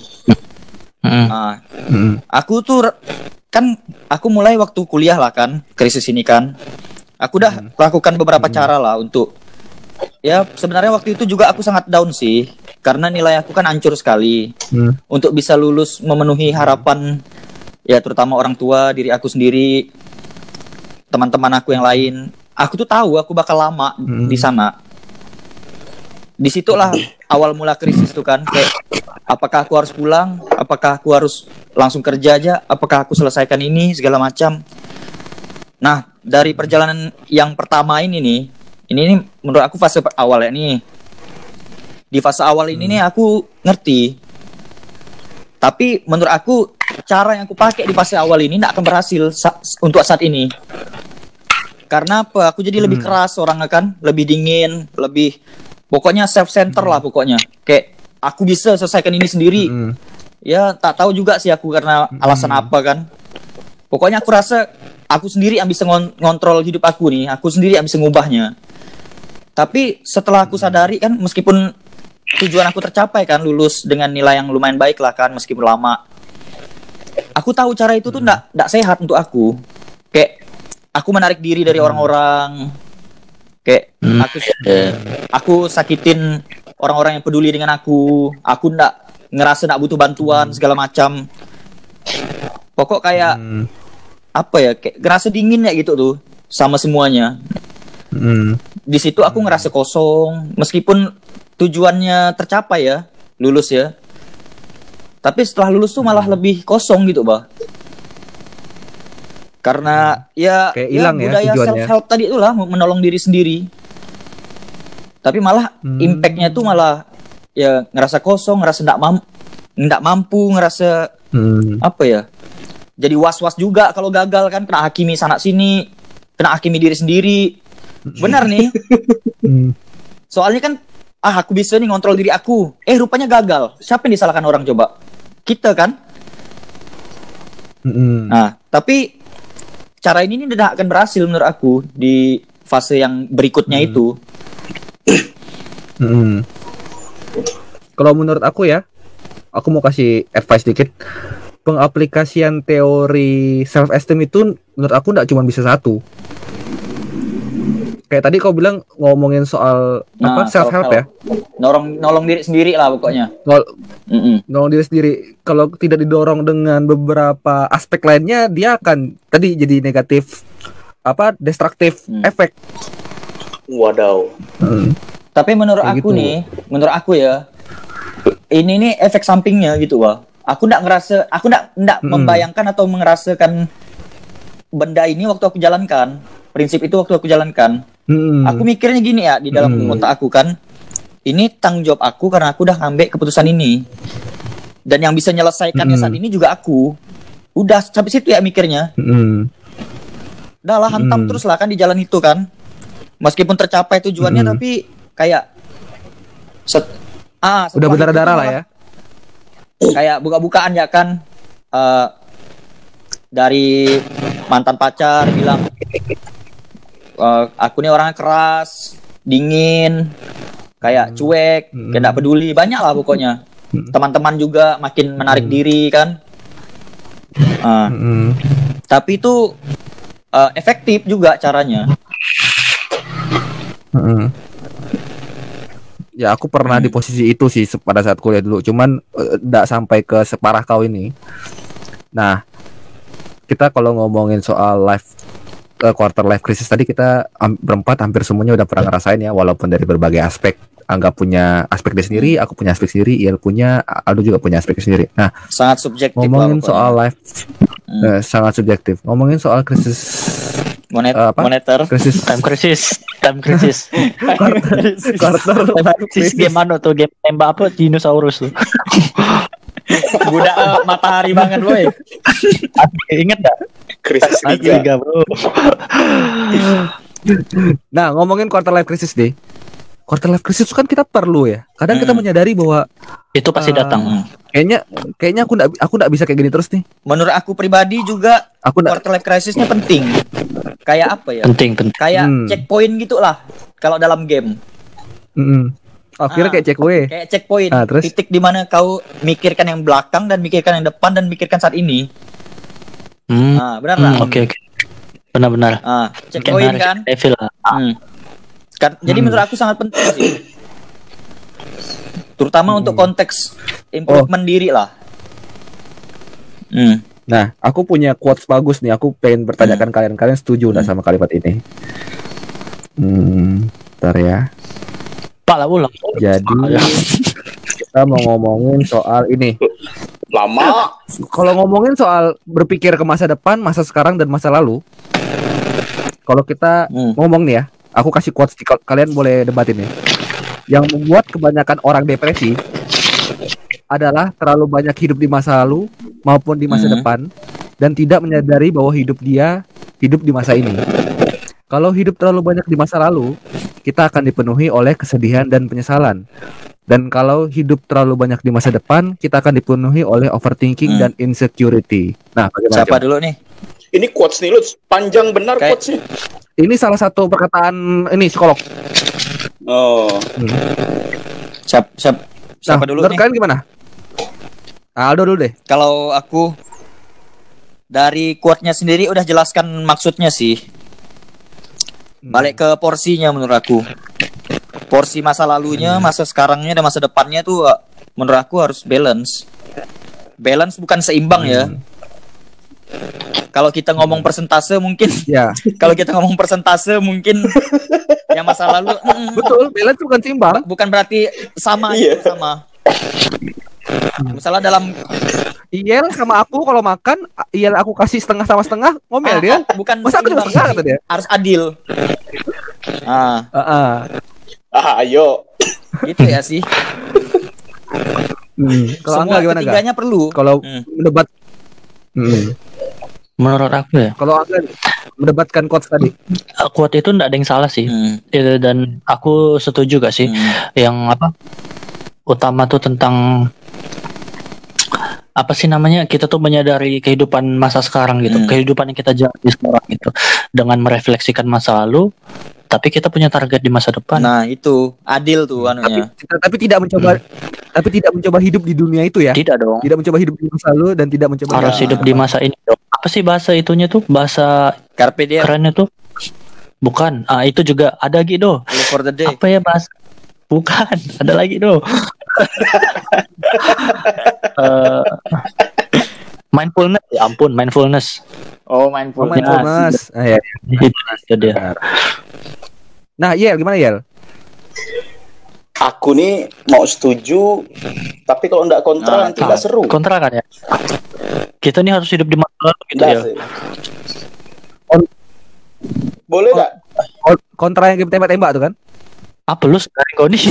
Aku tuh kan aku mulai waktu kuliah lah kan, krisis ini kan. Aku udah lakukan beberapa cara lah untuk ya sebenarnya waktu itu juga aku sangat down sih karena nilai aku kan hancur sekali. Untuk bisa lulus memenuhi harapan ya terutama orang tua, diri aku sendiri, teman-teman aku yang lain. Aku tuh tahu aku bakal lama di sana. Disitulah awal mula krisis tuh kan. Kayak, apakah aku harus pulang? Apakah aku harus langsung kerja aja? Apakah aku selesaikan ini segala macam? Nah, dari perjalanan yang pertama ini menurut aku fase awal ya nih. Di fase awal ini nih aku ngerti. Tapi menurut aku cara yang aku pakai di fase awal ini tidak akan berhasil untuk saat ini. Karena apa? Aku jadi lebih keras orangnya kan, lebih dingin, lebih pokoknya self-center lah pokoknya. Kayak aku bisa selesaikan ini sendiri. Ya tak tahu juga sih aku karena alasan apa kan. Pokoknya aku rasa aku sendiri yang bisa ngontrol hidup aku nih, aku sendiri yang bisa ngubahnya. Tapi setelah aku sadari kan meskipun tujuan aku tercapai kan, lulus dengan nilai yang lumayan baik lah kan meskipun lama. Aku tahu cara itu tuh enggak sehat untuk aku. Kayak aku menarik diri dari orang-orang. Kayak aku sakitin orang-orang yang peduli dengan aku. Aku ngerasa enggak butuh bantuan segala macam. Pokok kayak apa ya? Kayak ngerasa dingin ya gitu tuh sama semuanya. Di situ aku ngerasa kosong meskipun tujuannya tercapai ya, lulus ya. Tapi setelah lulus tuh malah lebih kosong gitu, Bah. Karena kayak hilang ya budaya tujuannya. self help tadi itulah menolong diri sendiri. Tapi malah impact-nya tuh malah ya ngerasa kosong, ngerasa nggak mampu, ngerasa apa ya? Jadi was-was juga kalau gagal kan, kena hakimi sana sini, kena hakimi diri sendiri. Benar nih. Soalnya kan aku bisa nih ngontrol diri aku. Rupanya gagal. Siapa yang disalahkan orang coba? Kita kan? Nah, tapi cara ini tidak akan berhasil menurut aku di fase yang berikutnya itu. Kalau menurut aku ya, aku mau kasih advice dikit. Pengaplikasian teori self esteem itu menurut aku nggak cuma bisa satu. Kayak tadi kau bilang ngomongin soal self help ya. Nolong diri sendiri lah pokoknya. Nolong diri sendiri. Kalau tidak didorong dengan beberapa aspek lainnya, dia akan tadi jadi negatif destruktif efek. Wadaw. Tapi menurut aku ya, ini nih efek sampingnya gitu, Wah. Aku enggak membayangkan atau merasakan benda ini waktu aku jalankan. Prinsip itu waktu aku jalankan. Aku mikirnya gini ya, di dalam otak aku kan, ini tanggung jawab aku karena aku udah ngambil keputusan ini. Dan yang bisa menyelesaikannya saat ini juga aku. Udah sampai situ ya mikirnya. Udah lah, hantam terus lah kan di jalan itu kan. Meskipun tercapai tujuannya tapi kayak udah berdarah-darah lah ya. Kayak buka-bukaan ya kan, dari mantan pacar bilang aku nih orangnya keras, dingin, kayak cuek, kayak gak peduli, banyak lah pokoknya. Teman-teman juga makin menarik diri kan. Tapi itu efektif juga caranya. Ya aku pernah di posisi itu sih pada saat kuliah dulu, cuman enggak sampai ke separah kau ini. Nah, kita kalau ngomongin soal quarter life crisis tadi, kita berempat hampir semuanya udah pernah ngerasain ya, walaupun dari berbagai aspek. Angga punya aspek dia sendiri, aku punya aspek sendiri, Iel punya, Aldo juga punya aspek sendiri. Nah, sangat subjektif. Ngomongin soal life sangat subjektif. Ngomongin soal krisis moneter, time crisis. Quarter crisis game mana tuh, game tembak apa, dinosaurus tuh. Budak matahari banget boy. Ingat gak? Krisis Liga bro. Nah, ngomongin quarter life crisis deh. Quarter life crisis kan kita perlu ya. Kadang kita menyadari bahwa itu pasti datang. Kayaknya aku enggak bisa kayak gini terus nih. Menurut aku pribadi juga quarter life crisisnya penting. Kayak apa ya? Penting. Kayak checkpoint gitulah kalau dalam game. Akhirnya kayak checkpoint. Kayak checkpoint. Terus? Titik di mana kau mikirkan yang belakang dan mikirkan yang depan dan mikirkan saat ini. Benar lah. Oke. Benar. Checkpoint kan. Jadi menurut aku sangat penting sih. Terutama untuk konteks improvement diri lah. Nah, aku punya quotes bagus nih. Aku pengen bertanyakan kalian setuju nggak sama kalimat ini? Bentar ya. Pak lah ulang. Jadi kita mau ngomongin soal ini. Lama. Kalau ngomongin soal berpikir ke masa depan, masa sekarang dan masa lalu. Kalau kita ngomong nih ya, aku kasih quotes, kalian boleh debatin ya. Yang membuat kebanyakan orang depresi adalah terlalu banyak hidup di masa lalu maupun di masa depan dan tidak menyadari bahwa hidup di masa ini. Kalau hidup terlalu banyak di masa lalu, kita akan dipenuhi oleh kesedihan dan penyesalan. Dan kalau hidup terlalu banyak di masa depan, kita akan dipenuhi oleh overthinking dan insecurity. Nah, bagaimana? Siapa dulu nih? Ini quotes nih, lu panjang benar quotesnya. Ini salah satu perkataan ini psikolog. Siapa dulu nih? Kalian gimana? Aldo dulu deh. Kalau aku dari quote-nya sendiri udah jelaskan maksudnya sih. Balik ke porsinya menurut aku. Porsi masa lalunya, masa sekarangnya dan masa depannya tuh menurut aku harus balance. Balance bukan seimbang ya. Kalau kita ngomong persentase mungkin kalau kita ngomong persentase mungkin yang masa lalu betul, balance bukan seimbang. Bukan berarti sama. Misalnya dalam Iyel sama aku kalau makan, Iyel aku kasih setengah sama setengah, ngomel dia. bukan Masa aku cuma seimbang, setengah kata dia. harus adil. Ayo. Gitu ya sih. Kalau Semua Angga gimana, Kak? ketiganya perlu. Kalau mendebat Menurut aku ya, kalau Angga mendebatkan quotes tadi. quote itu enggak ada yang salah sih. Dan aku setuju gak sih yang apa utama tuh tentang apa sih namanya, kita tuh menyadari kehidupan masa sekarang gitu, kehidupan yang kita jalani sekarang gitu, dengan merefleksikan masa lalu, tapi kita punya target di masa depan. Nah itu adil tuh anunya. Tapi tidak mencoba hidup di dunia itu ya. Tidak dong. Tidak mencoba hidup di masa lalu dan tidak mencoba Harus hidup di masa ini dong. Apa sih bahasa itunya tuh? Bahasa Carpe diem. kerennya tuh? Bukan. Itu juga ada lagi doh. Live for the day. Apa ya bahasa? Bukan. Ada lagi doh. Mindfulness. Ya ampun, mindfulness. Oh, mindfulness. Mindfulness. Ya. Itu dia. Nah, Yel, gimana Yel? Aku nih mau setuju, tapi kalau enggak kontra nanti enggak seru. Kontra kan ya? Kita nih harus hidup di masa lalu gitu ya. Boleh enggak? Kontra yang tembak-tembak tuh kan? Apa lu sekarang kau nih?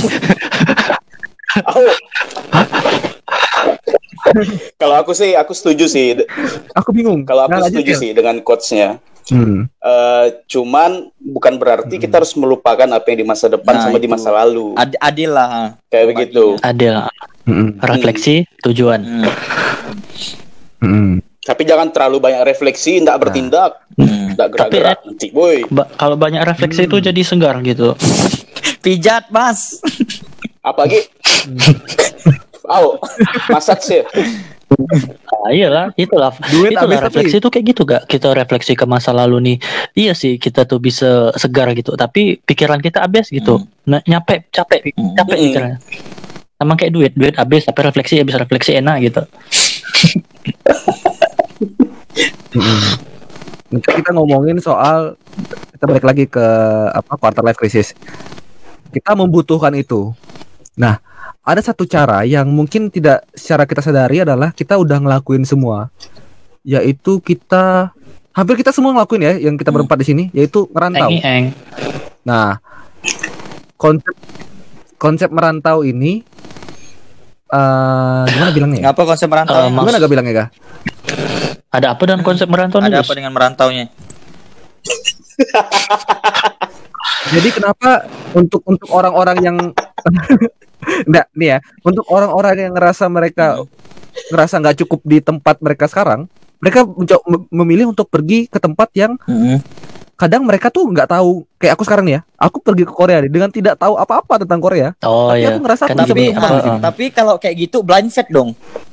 Kalau aku sih, aku setuju sih. Aku bingung. Kalau aku setuju sih dengan quotes-nya. Cuman bukan berarti kita harus melupakan apa yang di masa depan sama di masa lalu. Adil lah. Kayak begitu. Adil. Refleksi, tujuan. Tapi jangan terlalu banyak refleksi, enggak bertindak, enggak gerak-gerak nanti, boy. Kalau banyak refleksi itu jadi segar gitu. Pijat, Mas. Apalagi masak sih. Nah, iyalah, itulah refleksi itu kayak gitu gak? Kita refleksi ke masa lalu nih. Iya sih, kita tuh bisa segar gitu. Tapi pikiran kita habis gitu. Capek pikirannya. Sama kayak duit habis, tapi refleksi enak gitu. Kita ngomongin soal, kita balik lagi ke quarter life crisis. Kita membutuhkan itu. Nah, ada satu cara yang mungkin tidak secara kita sadari adalah kita udah ngelakuin semua, yaitu hampir kita semua ngelakuin ya, yang kita berempat di sini, yaitu merantau. Nah, konsep merantau ini gimana bilangnya? Ngapa konsep merantau? Gimana gak bilangnya Kak? Ada apa dengan konsep merantau? Ada apa dengan merantaunya? Jadi kenapa untuk orang-orang yang enggak nih ya, untuk orang-orang yang ngerasa nggak cukup di tempat mereka sekarang, mereka memilih untuk pergi ke tempat yang kadang mereka tuh nggak tahu. Kayak aku sekarang nih ya, aku pergi ke Korea nih dengan tidak tahu apa-apa tentang Korea. Tapi aku ngerasa tapi kalau kayak gitu blind faith dong.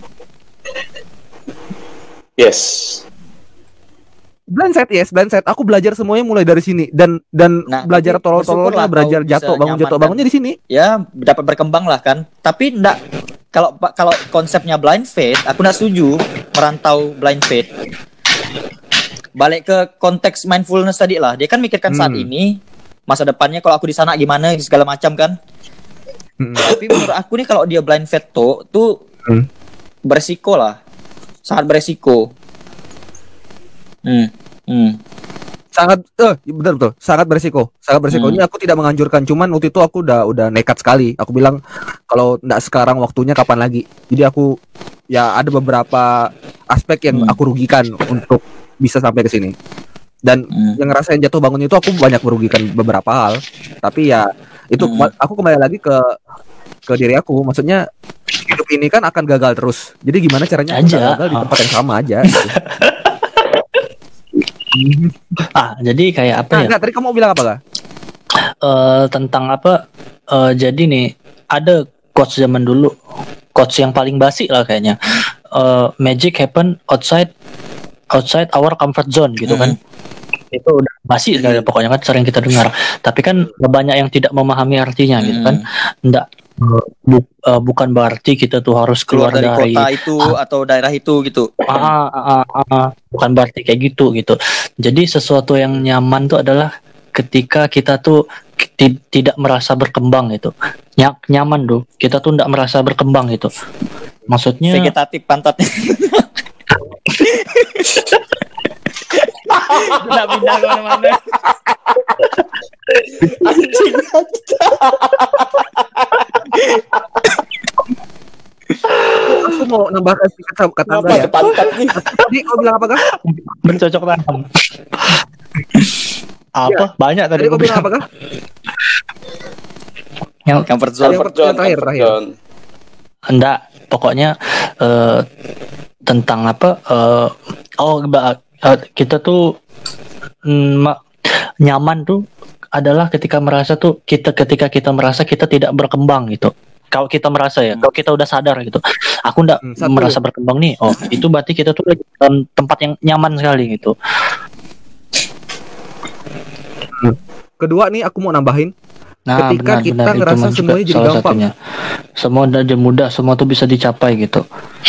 Yes. Blind set. Aku belajar semuanya mulai dari sini dan belajar tolol-tololnya, belajar bangunnya di sini. Ya, dapat berkembang lah kan. Tapi enggak, kalau konsepnya blind faith, aku enggak setuju merantau blind faith. Balik ke konteks mindfulness tadi lah. Dia kan mikirkan saat ini, masa depannya kalau aku di sana gimana segala macam kan. Tapi menurut aku nih kalau dia blind faith tuh beresiko lah. Sangat beresiko. Sangat betul sangat beresiko. Ini aku tidak menganjurkan, cuman waktu itu aku udah nekat sekali. Aku bilang kalau enggak sekarang waktunya kapan lagi. Jadi aku ya ada beberapa aspek yang aku rugikan untuk bisa sampai ke sini. Dan yang ngerasain jatuh bangun itu aku banyak merugikan beberapa hal. Tapi ya itu aku kembali lagi ke diri aku. Maksudnya hidup ini kan akan gagal terus. Jadi gimana caranya aku gagal di tempat yang sama aja gitu. Jadi kayak apa ya? Enggak, tadi kamu mau bilang apa, Kak? Tentang apa? Jadi nih, ada quotes zaman dulu. Quotes yang paling basi lah kayaknya. Magic happen outside our comfort zone gitu kan. Itu udah basi sekali pokoknya kan, sering kita dengar. Tapi kan banyak yang tidak memahami artinya gitu kan. Bukan berarti kita tuh harus keluar dari kota itu atau daerah itu gitu. Bukan berarti kayak gitu. Jadi sesuatu yang nyaman tuh adalah ketika kita tuh tidak merasa berkembang gitu. Nyaman tuh. Kita tuh tidak merasa berkembang gitu. Maksudnya vegetatif pantatnya. Tidak pindah kemana-mana. Aku mau nambahkan sedikit kata Anda ya. Pantat nih. Tadi kau bilang apa, Kang? bercocok tanam. Apa? Ya. Banyak tadi Kau bilang apa, Kang? Comfort zone. Yang terakhir. Enggak, pokoknya tentang apa? Kita tuh nyaman tuh adalah ketika kita merasa kita tidak berkembang gitu. Kalau kita merasa ya, kalau kita udah sadar gitu, aku enggak merasa berkembang nih. Oh, itu berarti kita tuh lagi dalam tempat yang nyaman sekali gitu. Kedua nih aku mau nambahin. Nah, ketika kita ngerasa semuanya jadi gampang. Satunya. Semua udah mudah, semua tuh bisa dicapai gitu.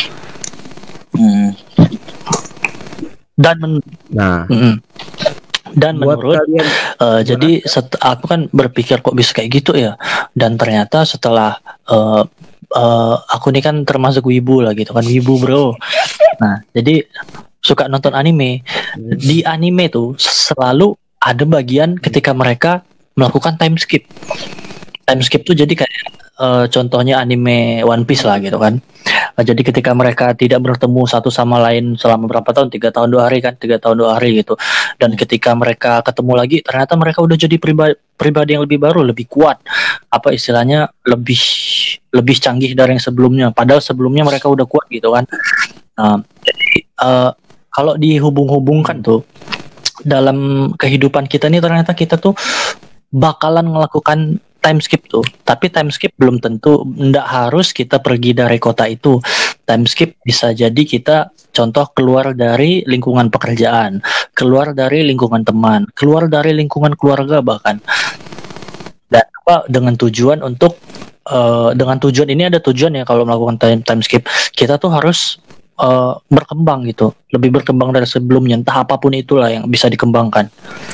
Dan menurut jadi aku kan berpikir kok bisa kayak gitu ya, dan ternyata setelah aku nih kan termasuk wibu lah gitu kan, wibu bro. Nah jadi suka nonton anime. Di anime tuh selalu ada bagian ketika mereka melakukan time skip. Time skip tuh jadi kayak contohnya anime One Piece lah gitu kan. Jadi ketika mereka tidak bertemu satu sama lain selama berapa tahun, 3 tahun 2 hari kan, 3 tahun 2 hari gitu. Dan ketika mereka ketemu lagi, ternyata mereka udah jadi pribadi yang lebih baru, lebih kuat. Apa istilahnya, lebih canggih dari yang sebelumnya. Padahal sebelumnya mereka udah kuat gitu kan. Jadi kalau dihubung-hubungkan tuh dalam kehidupan kita nih, ternyata kita tuh bakalan melakukan time skip tuh, tapi time skip belum tentu, ndak harus kita pergi dari kota itu. Time skip bisa jadi kita contoh keluar dari lingkungan pekerjaan, keluar dari lingkungan teman, keluar dari lingkungan keluarga bahkan. Dan apa dengan tujuan untuk dengan tujuan ini ada tujuan ya kalau melakukan time skip, kita tuh harus berkembang gitu, lebih berkembang dari sebelumnya, entah apapun itulah yang bisa dikembangkan.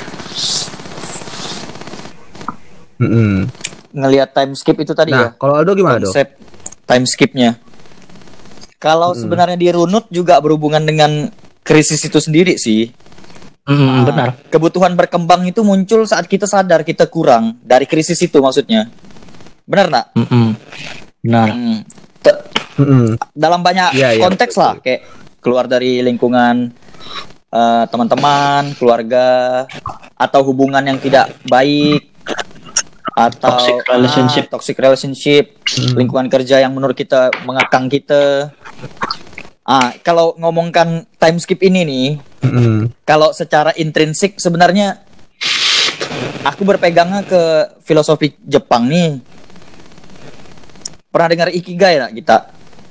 Ngelihat time skip itu tadi ya. Kalau Aldo gimana dong? Konsep time skipnya. Kalau sebenarnya dirunut juga berhubungan dengan krisis itu sendiri sih. Benar. Kebutuhan berkembang itu muncul saat kita sadar kita kurang dari krisis itu maksudnya. Benar nggak? Benar. Dalam banyak konteks lah, kayak keluar dari lingkungan teman-teman, keluarga, atau hubungan yang tidak baik, atau toxic relationship, lingkungan kerja yang menurut kita mengekang kita. Kalau ngomongkan time skip ini nih, kalau secara intrinsik sebenarnya aku berpegangnya ke filosofi Jepang nih. Pernah dengar ikigai lah kita?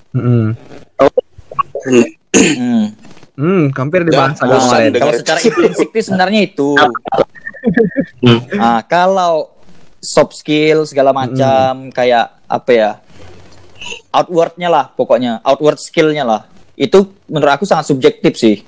Hampir dibahas kemarin. Kalau secara intrinsik itu sebenarnya itu. Kalau soft skill segala macam, kayak apa ya, outwardnya lah, pokoknya outward skillnya lah, itu menurut aku sangat subjektif sih.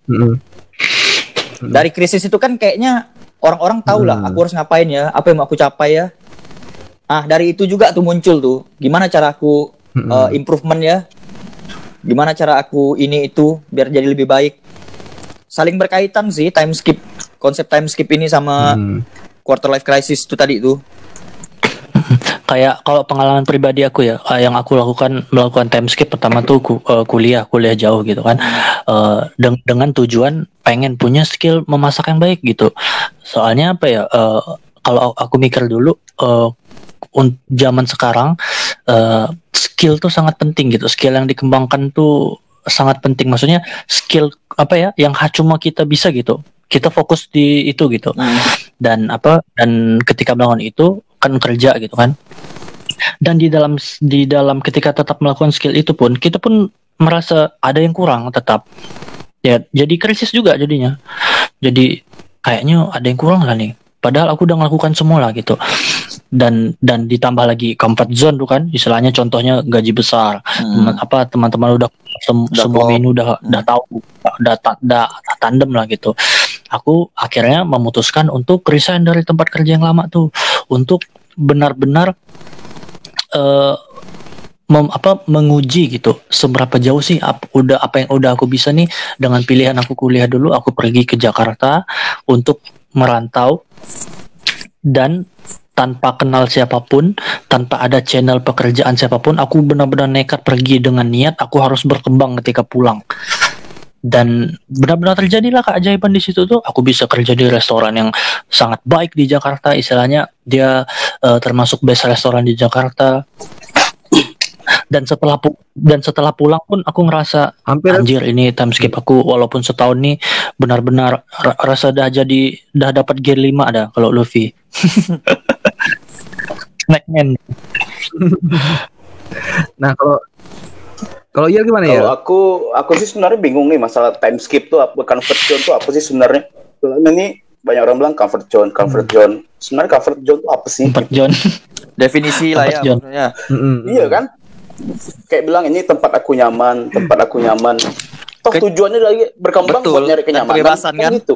Dari krisis itu kan kayaknya orang-orang tahu lah aku harus ngapain ya, apa yang mau aku capai ya. Dari itu juga tuh muncul tuh gimana cara aku improvement ya, gimana cara aku ini itu biar jadi lebih baik. Saling berkaitan sih time skip, konsep time skip ini sama quarter life crisis itu tadi itu. Kayak kalau pengalaman pribadi aku ya, yang aku melakukan time skip pertama tuh kuliah jauh gitu kan, dengan tujuan pengen punya skill memasak yang baik gitu. Soalnya apa ya, kalau aku mikir dulu, zaman sekarang skill tuh sangat penting gitu, skill yang dikembangkan tuh sangat penting. Maksudnya skill apa ya, yang cuma kita bisa gitu, kita fokus di itu gitu. Dan ketika melakukan itu kan kerja gitu kan, dan di dalam ketika tetap melakukan skill itu pun kita pun merasa ada yang kurang tetap ya, jadi krisis juga jadinya. Jadi kayaknya ada yang kurang lah nih, padahal aku udah melakukan semua lah gitu. Dan ditambah lagi comfort zone tuh kan, istilahnya contohnya gaji besar, teman-teman udah semua menu udah tahu, udah tandem lah gitu. aku akhirnya memutuskan untuk resign dari tempat kerja yang lama tuh, untuk benar-benar menguji gitu seberapa jauh sih apa yang udah aku bisa nih dengan pilihan aku kuliah dulu. Aku pergi ke Jakarta untuk merantau dan tanpa kenal siapapun, tanpa ada channel pekerjaan siapapun, aku benar-benar nekat pergi dengan niat aku harus berkembang ketika pulang. Dan benar-benar terjadilah keajaiban di situ tuh. Aku bisa kerja di restoran yang sangat baik di Jakarta, istilahnya dia termasuk best restoran di Jakarta. Dan setelah pulang pun aku ngerasa anjir, ini time skip aku walaupun setahun nih benar-benar rasa dah dapat gear 5 dah kalau Luffy. Snackman. Nah, kalau iya gimana ya? Kalau aku sih sebenarnya bingung nih masalah time skip tuh, comfort zone tuh apa sih sebenarnya? Ini banyak orang bilang comfort zone. Sebenarnya comfort zone tuh apa sih? Comfort zone. Definisi lah ya maksudnya. Iya kan? Kayak bilang ini tempat aku nyaman. Toh tujuannya lagi berkembang buat nyari kenyamanan. Kebebasan kan? Gitu.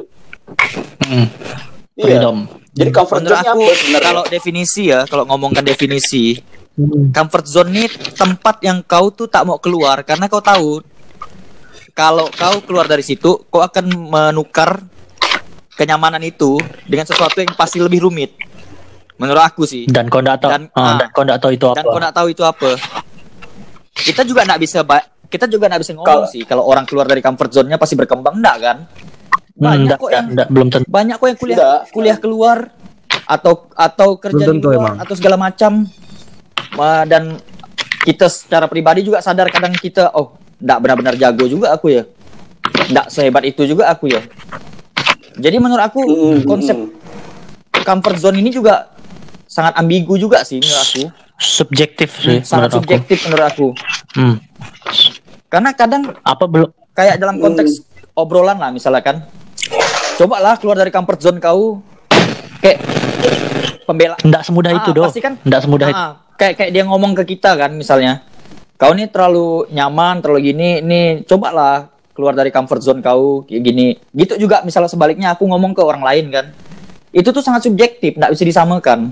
Iya. Jadi comfort zone apa sebenarnya? Kalau definisi ya, kalau ngomongkan definisi, comfort zone ini tempat yang kau tuh tak mau keluar karena kau tahu kalau kau keluar dari situ, kau akan menukar kenyamanan itu dengan sesuatu yang pasti lebih rumit. Menurut aku sih. Dan kau nggak tahu itu apa. Dan kau nggak tahu itu apa. Kita juga nggak bisa ngomong sih kalau orang keluar dari comfort zone-nya pasti berkembang, enggak kan? Banyak kok yang belum tentu. Banyak kok yang kuliah keluar atau kerja di luar atau segala macam. Dan kita secara pribadi juga sadar kadang kita enggak benar-benar jago juga aku ya. Enggak sehebat itu juga aku ya. Jadi menurut aku konsep comfort zone ini juga sangat ambigu juga sih menurut aku. Subjektif sih. Sangat subjektif menurut aku. Karena kadang belum kayak dalam konteks obrolan lah misalkan. Cobalah keluar dari comfort zone kau. Kayak pembela. Enggak semudah itu pasti kan. Enggak semudah itu. Kayak dia ngomong ke kita kan misalnya. Kau ini terlalu nyaman, terlalu gini, cobalah keluar dari comfort zone kau kayak gini. Gitu juga misalnya sebaliknya aku ngomong ke orang lain kan. Itu tuh sangat subjektif, enggak bisa disamakan.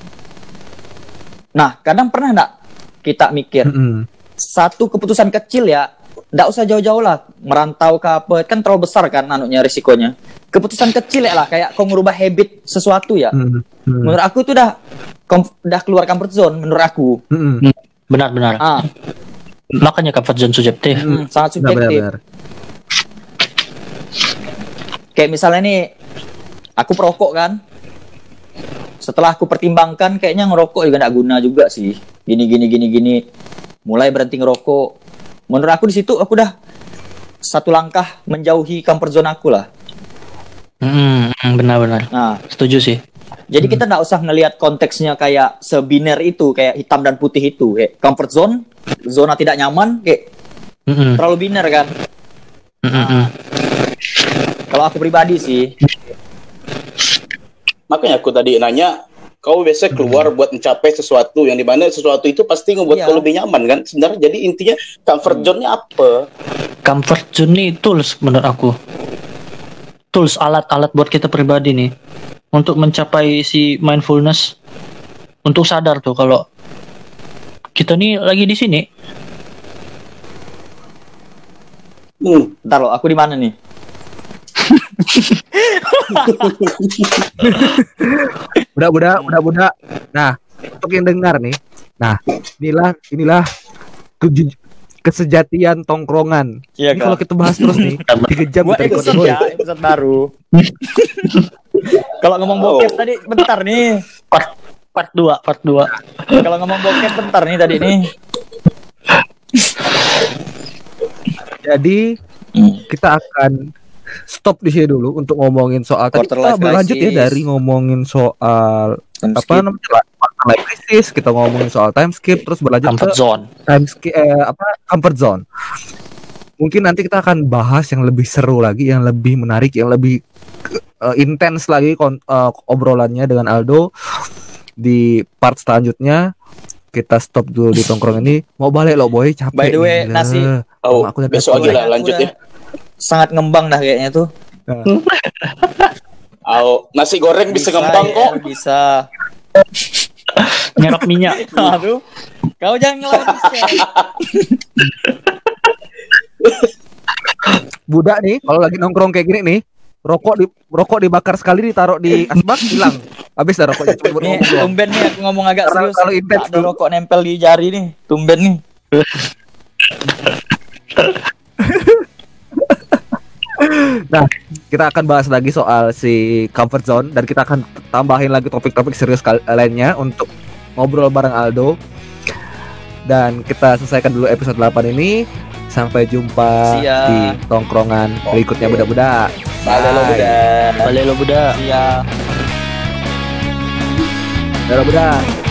Nah, kadang pernah enggak kita mikir satu keputusan kecil ya, enggak usah jauh-jauh lah, merantau ke apa, kan terlalu besar kan risikonya. Keputusan kecil ya lah, kayak kau ngerubah habit sesuatu ya. Menurut aku itu udah keluar comfort zone menurut aku. Benar-benar. Makanya comfort zone subjektif. Sangat subjektif. Benar. Kayak misalnya nih, aku perokok kan. Setelah aku pertimbangkan kayaknya ngerokok juga gak guna juga sih. Gini. Mulai berhenti ngerokok. Menurut aku di situ aku udah satu langkah menjauhi comfort zone aku lah. Benar-benar. Nah, setuju sih. Jadi kita gak usah ngelihat konteksnya kayak sebiner itu, kayak hitam dan putih itu. Kayak comfort zone, zona tidak nyaman, kayak terlalu biner kan. Kalau aku pribadi sih. Makanya aku tadi nanya, kau biasa keluar buat mencapai sesuatu yang dimana sesuatu itu pasti ngebuat kau lebih nyaman kan? Sebenarnya jadi intinya comfort zone-nya apa? Comfort zone ini tools menurut aku. Tools, alat-alat buat kita pribadi nih untuk mencapai si mindfulness, untuk sadar tuh kalau kita nih lagi di sini. Ntar lo, aku di mana nih? Budak. Nah, untuk yang dengar nih. Nah, inilah kesejatian tongkrongan. Iya, ini kalau kita bahas terus nih 3 jam kita episode ya, episode baru. Kalau ngomong bokep tadi bentar nih. Part 2. Kalau ngomong bokep bentar nih tadi nih. Jadi kita akan stop di sini dulu untuk ngomongin soal tadi kita berlanjut ya dari ngomongin soal life crisis, kita ngomongin soal time skip, terus berlanjut comfort zone. Comfort zone. Mungkin nanti kita akan bahas yang lebih seru lagi, yang lebih menarik, yang lebih intens lagi obrolannya dengan Aldo di part selanjutnya. Kita stop dulu di tongkrong ini. Mau balik lo boy, capek. By the way, nasi. Besok lagi lah lanjut ya. Sangat ngembang dah kayaknya tuh. Nasi goreng bisa ngembang kok. Bisa. Nyerap minyak. Aduh. Kau jangan ngelawan saya. Budak nih kalau lagi nongkrong kayak gini nih, rokok dibakar sekali ditaruh di asbak hilang. Habis dah rokoknya cuma buat Nih, ngomong doang. tumben nih aku ngomong agak Kalau- serius. kalau intens Ada rokok nempel di jari nih. Tumben nih. Nah, kita akan bahas lagi soal si comfort zone dan kita akan tambahin lagi topik-topik serius lainnya untuk ngobrol bareng Aldo. Dan kita selesaikan dulu episode 8 ini. Sampai jumpa Siap. di tongkrongan berikutnya budak-budak. Bale lo budak. Balik lo budak. Iya. Budak-budak.